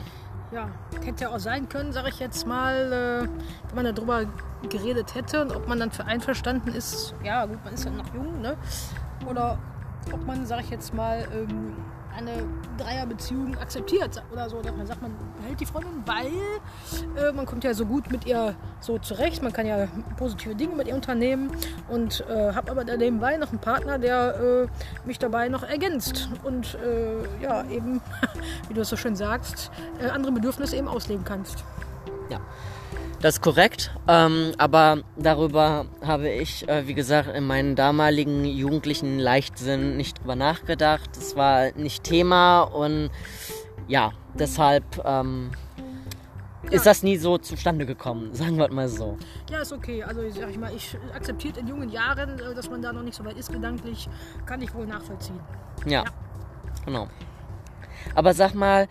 Ja. Ja, hätte ja auch sein können, sage ich jetzt mal, äh, wenn man darüber geredet hätte und ob man dann für einverstanden ist. Ja, gut, man ist ja noch jung, ne? Oder ob man, sage ich jetzt mal, ähm, eine Dreierbeziehung akzeptiert oder so, dass man sagt, man behält die Freundin, weil äh, man kommt ja so gut mit ihr so zurecht, man kann ja positive Dinge mit ihr unternehmen und äh, habe aber nebenbei noch einen Partner, der äh, mich dabei noch ergänzt und äh, ja, eben, wie du es so schön sagst, äh, andere Bedürfnisse eben ausleben kannst. Ja, das ist korrekt, ähm, aber darüber habe ich, äh, wie gesagt, in meinem damaligen jugendlichen Leichtsinn nicht drüber nachgedacht. Es war nicht Thema und ja, deshalb ähm, Ja. ist das nie so zustande gekommen, sagen wir mal so. Ja, ist okay. Also ich sag ich mal, ich akzeptiere in jungen Jahren, äh, dass man da noch nicht so weit ist gedanklich, kann ich wohl nachvollziehen. Ja, Ja. genau. Aber sag mal,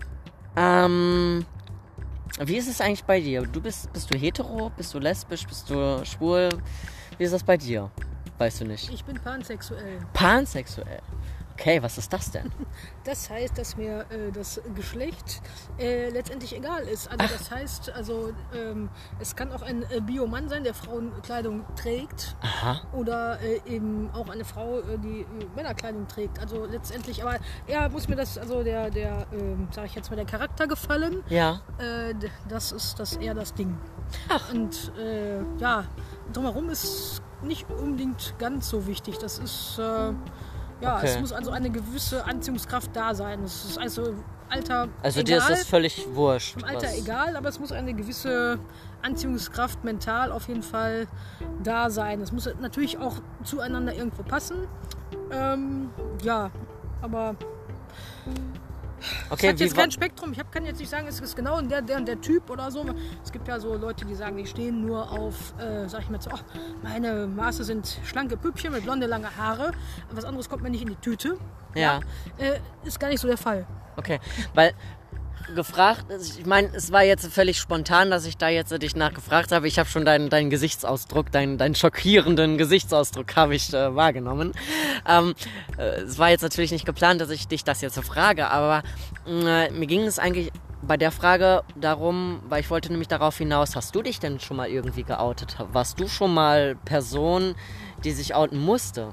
ähm, wie ist es eigentlich bei dir? Du bist, bist du hetero? Bist du lesbisch? Bist du schwul? Wie ist das bei dir? Weißt du nicht. Ich bin pansexuell. Pansexuell. Okay, was ist das denn? Das heißt, dass mir äh, das Geschlecht äh, letztendlich egal ist. Also das heißt, also ähm, es kann auch ein äh, Biomann sein, der Frauenkleidung trägt. Aha. Oder äh, eben auch eine Frau, äh, die äh, Männerkleidung trägt. Also letztendlich, aber ja, muss mir das, also der, der, ähm, sag ich jetzt mal, der Charakter gefallen. Ja. Äh, d- das ist das eher das Ding. Ach. Und äh, ja, drumherum ist nicht unbedingt ganz so wichtig. Das ist, äh, ja, Okay. es muss also eine gewisse Anziehungskraft da sein. Es ist also Alter Also egal, dir ist das völlig wurscht. vom Alter was- egal, aber es muss eine gewisse Anziehungskraft mental auf jeden Fall da sein. Es muss natürlich auch zueinander irgendwo passen. Ähm, ja, aber Okay, es hat jetzt wie, kein Spektrum. Ich hab, kann jetzt nicht sagen, es ist genau der, der, der Typ oder so. Es gibt ja so Leute, die sagen, die stehen nur auf, äh, sag ich mal so, oh, meine Maße sind schlanke Püppchen mit blonde, lange Haare. Was anderes kommt mir nicht in die Tüte. Ja. ja äh, ist gar nicht so der Fall. Okay, weil gefragt, ich meine, es war jetzt völlig spontan, dass ich da jetzt dich nachgefragt habe. Ich habe schon deinen, deinen Gesichtsausdruck, deinen, deinen schockierenden Gesichtsausdruck habe ich äh, wahrgenommen. Ähm, äh, es war jetzt natürlich nicht geplant, dass ich dich das jetzt so frage, aber äh, mir ging es eigentlich bei der Frage darum, weil ich wollte nämlich darauf hinaus, hast du dich denn schon mal irgendwie geoutet? Warst du schon mal Person, die sich outen musste?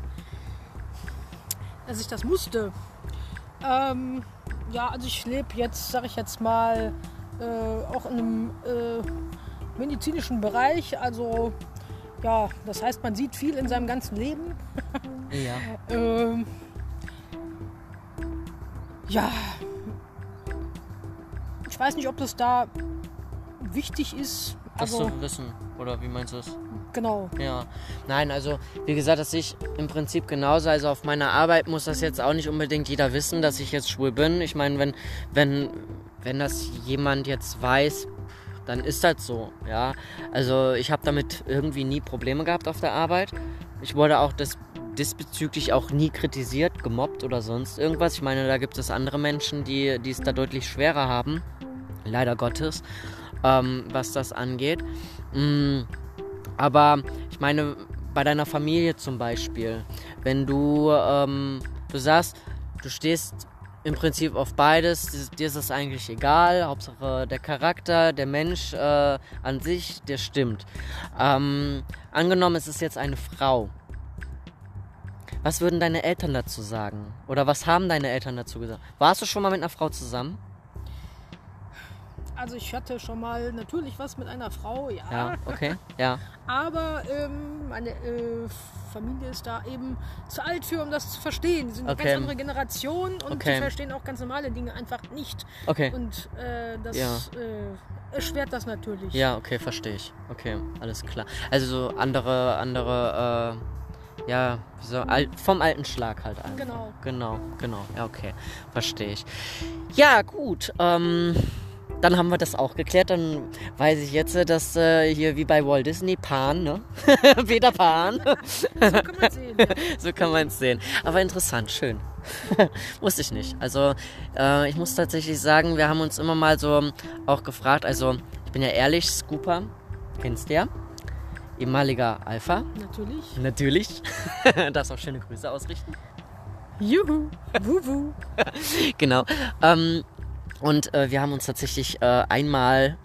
Dass ich das musste. Ähm, ja, also ich lebe jetzt, sag ich jetzt mal, äh, auch in einem äh, medizinischen Bereich. Also ja, das heißt, man sieht viel in seinem ganzen Leben. Ja. ähm, ja. Ich weiß nicht, ob das da wichtig ist. Das Also, zu wissen, oder wie meinst du es? genau. Ja, nein, also wie gesagt, dass ich im Prinzip genauso, also auf meiner Arbeit muss das jetzt auch nicht unbedingt jeder wissen, dass ich jetzt schwul bin. Ich meine, wenn, wenn, wenn das jemand jetzt weiß, dann ist das so, ja. Also ich habe damit irgendwie nie Probleme gehabt auf der Arbeit. Ich wurde auch das, diesbezüglich auch nie kritisiert, gemobbt oder sonst irgendwas. Ich meine, da gibt es andere Menschen, die, die es da deutlich schwerer haben, leider Gottes, ähm, was das angeht. Mm. Aber ich meine, bei deiner Familie zum Beispiel, wenn du, ähm, du sagst, du stehst im Prinzip auf beides, dir ist es eigentlich egal, Hauptsache der Charakter, der Mensch äh, an sich, der stimmt. Ähm, angenommen, es ist jetzt eine Frau. Was würden deine Eltern dazu sagen? Oder was haben deine Eltern dazu gesagt? Warst du schon mal mit einer Frau zusammen? Also ich hatte schon mal natürlich was mit einer Frau, ja. Ja, okay, ja. Aber ähm, meine äh, Familie ist da eben zu alt für, um das zu verstehen. Die sind eine Okay. ganz andere Generation und Okay. die verstehen auch ganz normale Dinge einfach nicht. Okay. Und äh, das Ja. äh, erschwert das natürlich. Ja, okay, verstehe ich. Okay, alles klar. Also so andere, andere, äh, ja, so al- vom alten Schlag halt einfach. Genau. Genau, genau. Ja, okay, verstehe ich. Ja, gut. Ähm, dann haben wir das auch geklärt. Dann weiß ich jetzt, dass äh, hier wie bei Walt Disney Pan, ne? Peter Pan. So kann man sehen. Ja. So kann man es sehen. Aber interessant, schön. Wusste ich nicht. Also äh, ich muss tatsächlich sagen, wir haben uns immer mal so auch gefragt, also ich bin ja ehrlich, Scooper, kennst du ja, ehemaliger Alpha, Natürlich. natürlich, darfst auch schöne Grüße ausrichten. Juhu. Wuhu. Genau. Ähm, und äh, wir haben uns tatsächlich äh, einmal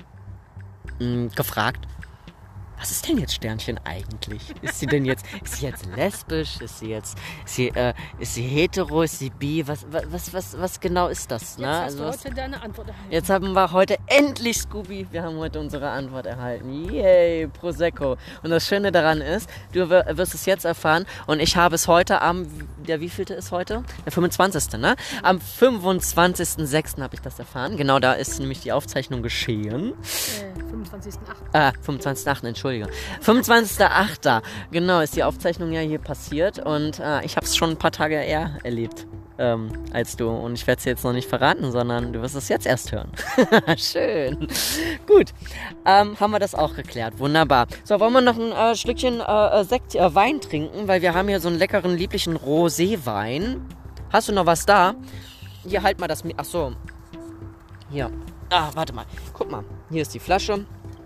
mh, gefragt, was ist denn jetzt Sternchen eigentlich? Ist sie denn jetzt, ist sie jetzt lesbisch? Ist sie jetzt, ist sie, äh, ist sie hetero? Ist sie bi? Was, was, was, was genau ist das? Jetzt Ne? hast Also du was, heute deine Antwort erhalten. jetzt haben wir heute endlich, Scooby, wir haben heute unsere Antwort erhalten. Yay, Prosecco. Und das Schöne daran ist, du wir- wirst es jetzt erfahren und ich habe es heute am, der wievielte ist heute? Der fünfundzwanzigste Ne? Am fünfundzwanzigsten sechsten habe ich das erfahren. Genau, da ist nämlich die Aufzeichnung geschehen. Äh, fünfundzwanzigsten achten Ah, fünfundzwanzigsten achten Entschuldige. fünfundzwanzigsten achten Genau, ist die Aufzeichnung ja hier passiert und äh, ich habe es schon ein paar Tage eher erlebt ähm, als du. Und ich werde es jetzt noch nicht verraten, sondern du wirst es jetzt erst hören. Schön. Gut, ähm, haben wir das auch geklärt. Wunderbar. So, wollen wir noch ein äh, Stückchen äh, Sekt, äh, Wein trinken? Weil wir haben hier so einen leckeren, lieblichen Roséwein. Hast du noch was da? Hier, halt mal das... Mi- Ach so. Hier. Ah, warte mal. Guck mal. Hier ist die Flasche.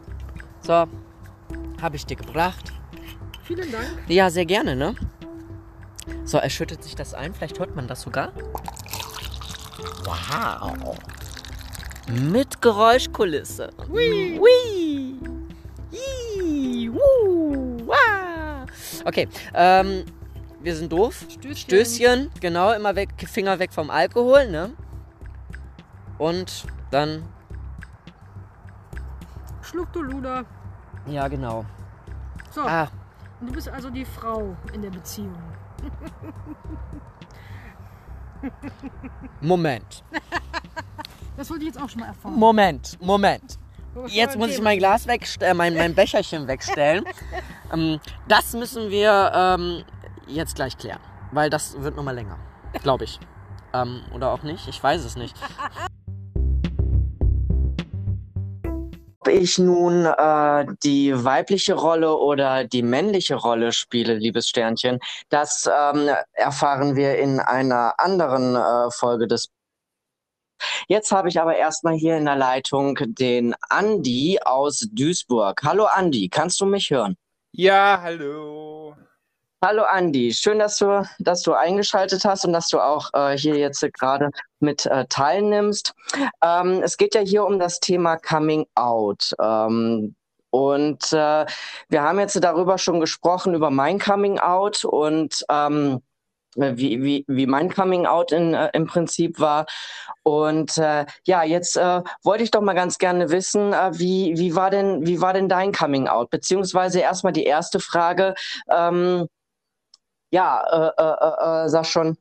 So. Habe ich dir gebracht. Vielen Dank. Ja, sehr gerne, ne? So, er schüttet sich das ein. Vielleicht hört man das sogar. Wow. Mit Geräuschkulisse. Hui. Hui. Ii. Wuh. Wah. Okay, ähm, wir sind doof. Stößchen. Stößchen, genau, immer weg, Finger weg vom Alkohol, ne? Und dann, Schluck du Luder. ja, genau. So, Ah, und du bist also die Frau in der Beziehung. Moment. Das wollte ich jetzt auch schon mal erfahren. Moment, Moment. Bevor Jetzt wir muss ich gehen. mein Glas wegstellen, mein, mein Becherchen wegstellen. ähm, das müssen wir ähm, jetzt gleich klären, weil das wird nochmal länger, glaube ich. Ähm, oder auch nicht, ich weiß es nicht. Ob ich nun äh, die weibliche Rolle oder die männliche Rolle spiele, liebes Sternchen, das ähm, erfahren wir in einer anderen äh, Folge des. Jetzt habe ich aber erstmal hier in der Leitung den Andi aus Duisburg. Hallo Andi, kannst du mich hören? Ja, hallo. Hallo Andi, schön, dass du, dass du eingeschaltet hast und dass du auch äh, hier jetzt gerade mit äh, teilnimmst. Ähm, es geht ja hier um das Thema Coming Out. Ähm, und äh, wir haben jetzt darüber schon gesprochen, über mein Coming Out und ähm, wie, wie, wie mein Coming Out in, äh, im Prinzip war. Und äh, ja, jetzt äh, wollte ich doch mal ganz gerne wissen, äh, wie, wie war denn, wie war denn dein Coming Out? Beziehungsweise erstmal die erste Frage. Ähm, ja, äh, äh, äh, äh, sag schon.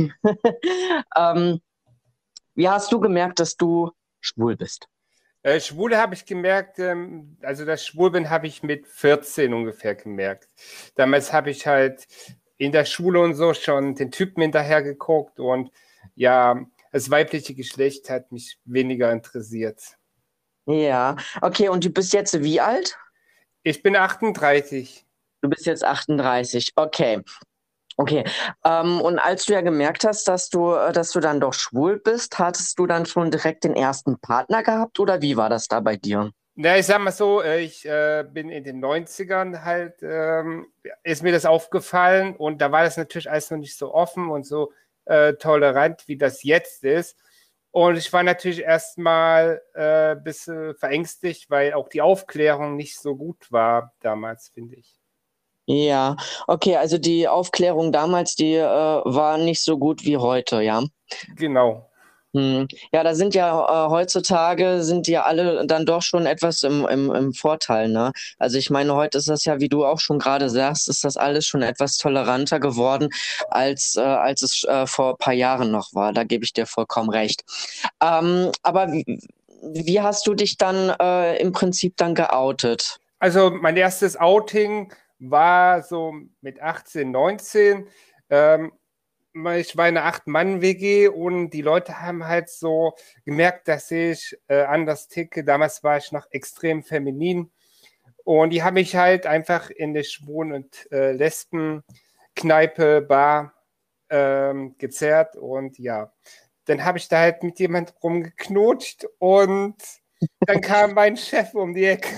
ähm, wie hast du gemerkt, dass du schwul bist? Äh, Schwule habe ich gemerkt, ähm, also das Schwulbin habe ich mit vierzehn ungefähr gemerkt. Damals habe ich halt in der Schule und so schon den Typen hinterher geguckt und ja, das weibliche Geschlecht hat mich weniger interessiert. Ja, okay, und du bist jetzt wie alt? Ich bin achtunddreißig. Du bist jetzt achtunddreißig, okay. Okay, ähm, und als du ja gemerkt hast, dass du, äh, dass du dann doch schwul bist, hattest du dann schon direkt den ersten Partner gehabt oder wie war das da bei dir? Na, ich sag mal so, äh, ich äh, bin in den neunzigern halt, ähm, ist mir das aufgefallen und da war das natürlich alles noch nicht so offen und so äh, tolerant, wie das jetzt ist. Und ich war natürlich erstmal ein äh, bisschen verängstigt, weil auch die Aufklärung nicht so gut war damals, finde ich. Ja, okay, also die Aufklärung damals, die äh, war nicht so gut wie heute, ja. Genau. Hm. Ja, da sind ja äh, heutzutage sind ja alle dann doch schon etwas im, im, im Vorteil, ne? Also ich meine, heute ist das ja, wie du auch schon gerade sagst, ist das alles schon etwas toleranter geworden, als, äh, als es äh, vor ein paar Jahren noch war. Da gebe ich dir vollkommen recht. Ähm, aber wie, wie hast du dich dann äh, im Prinzip dann geoutet? Also mein erstes Outing war so mit achtzehn, neunzehn. Ähm, ich war in einer Acht-Mann-W G und die Leute haben halt so gemerkt, dass ich äh, anders ticke. Damals war ich noch extrem feminin und die haben mich halt einfach in der Schwulen- und äh, Lesben-Kneipe, Bar ähm, gezerrt und ja, dann habe ich da halt mit jemand rumgeknutscht und dann kam mein Chef um die Ecke.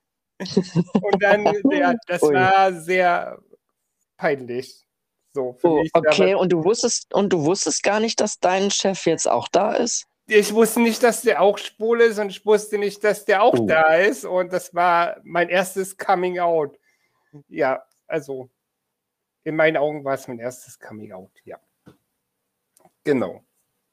Und dann, ja, das Ui. war sehr peinlich. So, für Oh, mich. okay, Aber und du wusstest, und du wusstest gar nicht, dass dein Chef jetzt auch da ist? ich wusste nicht, dass der auch schwul ist und ich wusste nicht, dass der auch Oh. da ist. Und das war mein erstes Coming Out. Ja, also in meinen Augen war es mein erstes Coming Out, ja. Genau.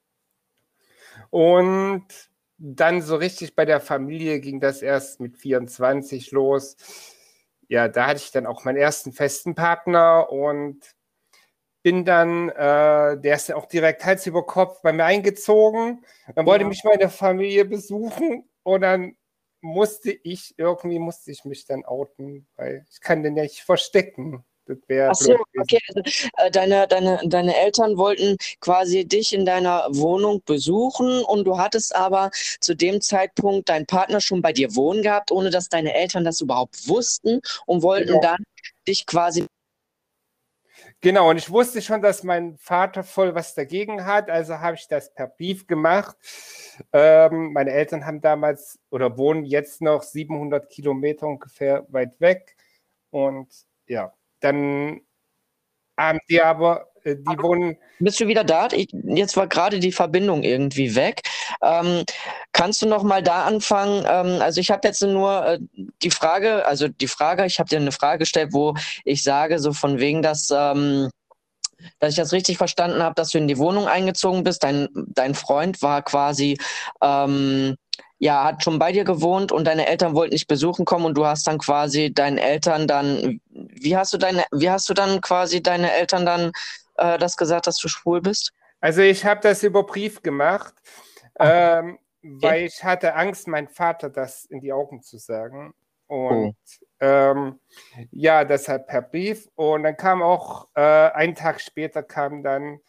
Und dann so richtig bei der Familie ging das erst mit vierundzwanzig los. Ja, da hatte ich dann auch meinen ersten festen Partner und bin dann, äh, der ist dann auch direkt Hals über Kopf bei mir eingezogen. Dann wollte Ja. mich meine Familie besuchen und dann musste ich, irgendwie musste ich mich dann outen, weil ich kann den ja nicht verstecken. Das wäre Ach so, blöd gewesen. okay. Also, äh, deine, deine, deine Eltern wollten quasi dich in deiner Wohnung besuchen und du hattest aber zu dem Zeitpunkt deinen Partner schon bei dir wohnen gehabt, ohne dass deine Eltern das überhaupt wussten und wollten Genau. dann dich quasi. Genau, und ich wusste schon, dass mein Vater voll was dagegen hat, also habe ich das per Brief gemacht. Ähm, meine Eltern haben damals oder wohnen jetzt noch siebenhundert Kilometer ungefähr weit weg. Und ja, dann haben die aber, äh, die wohnen. Bist du wieder da? Ich, jetzt war gerade die Verbindung irgendwie weg. Ähm, kannst du noch mal da anfangen? Ähm, also ich habe jetzt nur äh, die Frage, also die Frage, ich habe dir eine Frage gestellt, wo ich sage, so von wegen, dass, ähm, dass ich das richtig verstanden habe, dass du in die Wohnung eingezogen bist. Dein, dein Freund war quasi, ähm, ja, hat schon bei dir gewohnt und deine Eltern wollten dich besuchen kommen und du hast dann quasi deinen Eltern dann, wie hast du deine, wie hast du dann quasi deine Eltern dann äh, das gesagt, dass du schwul bist? Also ich habe das über Brief gemacht, ähm, weil ich hatte Angst, meinem Vater das in die Augen zu sagen. Und Oh. ähm, ja, deshalb per Brief. Und dann kam auch, äh, einen Tag später kam dann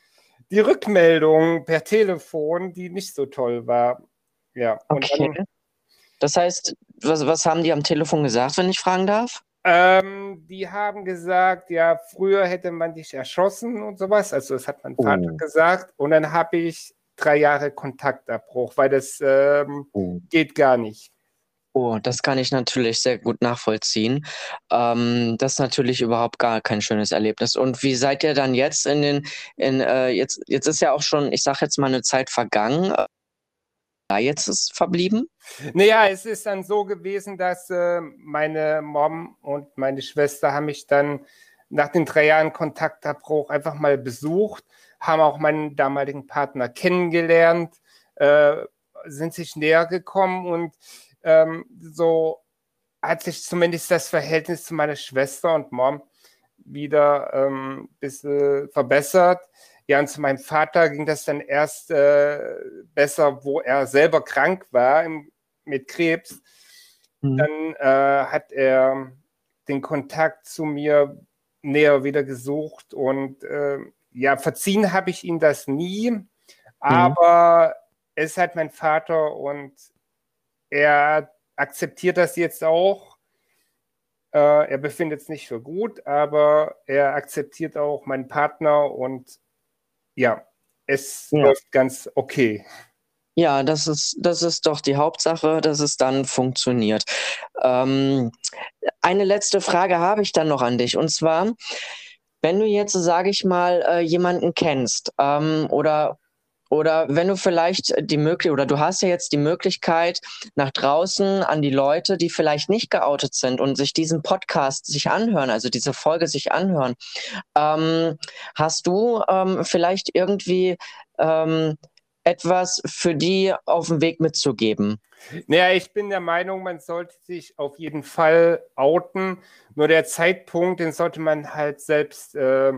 die Rückmeldung per Telefon, die nicht so toll war. Ja, und Okay. dann, Das heißt, was, was haben die am Telefon gesagt, wenn ich fragen darf? ähm, die haben gesagt, ja, früher hätte man dich erschossen und sowas. Also das hat mein Vater Oh. gesagt. Und dann habe ich drei Jahre Kontaktabbruch, weil das ähm, Oh. geht gar nicht. Oh, das kann ich natürlich sehr gut nachvollziehen. Ähm, das ist natürlich überhaupt gar kein schönes Erlebnis. Und wie seid ihr dann jetzt in den, in, äh, jetzt, jetzt ist ja auch schon, ich sag jetzt mal, eine Zeit vergangen. Äh, Da jetzt ist verblieben? Naja, es ist dann so gewesen, dass äh, meine Mom und meine Schwester haben mich dann nach den drei Jahren Kontaktabbruch einfach mal besucht, haben auch meinen damaligen Partner kennengelernt, äh, sind sich näher gekommen und ähm, so hat sich zumindest das Verhältnis zu meiner Schwester und Mom wieder ähm, ein bisschen verbessert. Ja, und zu meinem Vater ging das dann erst äh, besser, wo er selber krank war im, mit Krebs. Mhm. Dann äh, hat er den Kontakt zu mir näher wieder gesucht und äh, ja, verziehen habe ich ihm das nie, aber er ist halt mein Vater und er akzeptiert das jetzt auch. Äh, er befindet es nicht für gut, aber er akzeptiert auch meinen Partner und ja, es Ja. läuft ganz okay. Ja, das ist, das ist doch die Hauptsache, dass es dann funktioniert. Ähm, eine letzte Frage habe ich dann noch an dich. Und zwar, wenn du jetzt, sage ich mal, äh, jemanden kennst ähm, oder Oder wenn du vielleicht die Möglichkeit, oder du hast ja jetzt die Möglichkeit, nach draußen an die Leute, die vielleicht nicht geoutet sind und sich diesen Podcast sich anhören, also diese Folge sich anhören, ähm, hast du ähm, vielleicht irgendwie ähm, etwas für die auf den Weg mitzugeben? Naja, ich bin der Meinung, man sollte sich auf jeden Fall outen. Nur der Zeitpunkt, den sollte man halt selbst äh,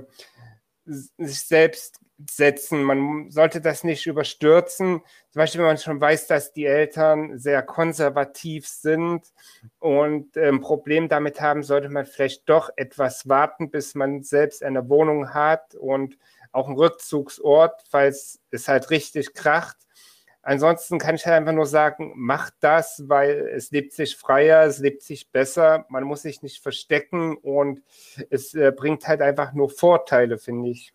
sich selbst setzen. Man sollte das nicht überstürzen. Zum Beispiel, wenn man schon weiß, dass die Eltern sehr konservativ sind und ein ähm, Problem damit haben, sollte man vielleicht doch etwas warten, bis man selbst eine Wohnung hat und auch einen Rückzugsort, falls es halt richtig kracht. Ansonsten kann ich halt einfach nur sagen, macht das, weil es lebt sich freier, es lebt sich besser, man muss sich nicht verstecken und es äh, bringt halt einfach nur Vorteile, finde ich.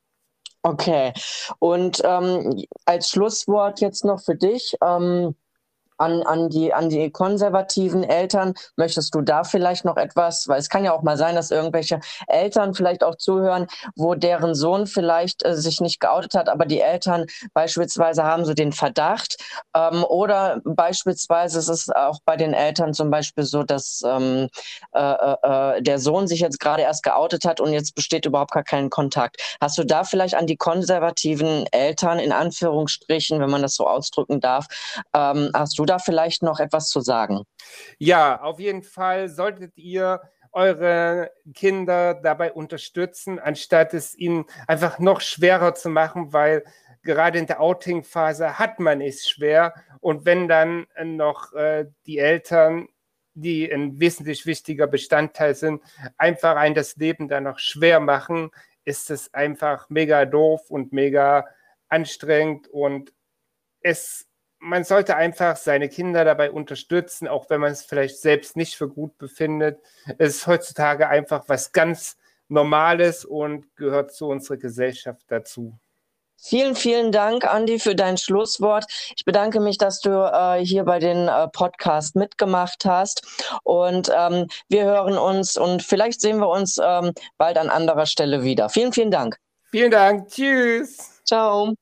Okay. Und ähm, als Schlusswort jetzt noch für dich, ähm, an, an die, an die konservativen Eltern, möchtest du da vielleicht noch etwas, weil es kann ja auch mal sein, dass irgendwelche Eltern vielleicht auch zuhören, wo deren Sohn vielleicht äh, sich nicht geoutet hat, aber die Eltern beispielsweise haben so den Verdacht, ähm, oder beispielsweise ist es auch bei den Eltern zum Beispiel so, dass ähm, äh, äh, der Sohn sich jetzt gerade erst geoutet hat und jetzt besteht überhaupt gar kein Kontakt. Hast du da vielleicht an die konservativen Eltern, in Anführungsstrichen, wenn man das so ausdrücken darf, ähm, hast du da vielleicht noch etwas zu sagen? Ja, auf jeden Fall solltet ihr eure Kinder dabei unterstützen, anstatt es ihnen einfach noch schwerer zu machen, weil gerade in der Outing-Phase hat man es schwer. Und wenn dann noch äh, die Eltern, die ein wesentlich wichtiger Bestandteil sind, einfach ein das Leben dann noch schwer machen, ist es einfach mega doof und mega anstrengend und es man sollte einfach seine Kinder dabei unterstützen, auch wenn man es vielleicht selbst nicht für gut befindet. Es ist heutzutage einfach was ganz Normales und gehört zu unserer Gesellschaft dazu. Vielen, vielen Dank, Andi, für dein Schlusswort. Ich bedanke mich, dass du äh, hier bei den äh, Podcast mitgemacht hast. Und ähm, wir hören uns und vielleicht sehen wir uns ähm, bald an anderer Stelle wieder. Vielen, vielen Dank. Vielen Dank. Tschüss. Ciao.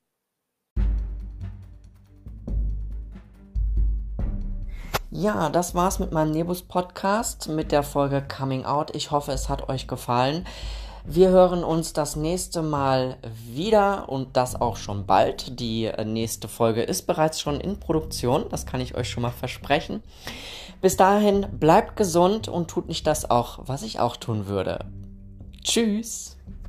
Ja, das war's mit meinem Nebus-Podcast, mit der Folge Coming Out. Ich hoffe, es hat euch gefallen. Wir hören uns das nächste Mal wieder und das auch schon bald. Die nächste Folge ist bereits schon in Produktion, das kann ich euch schon mal versprechen. Bis dahin, bleibt gesund und tut nicht das auch, was ich auch tun würde. Tschüss!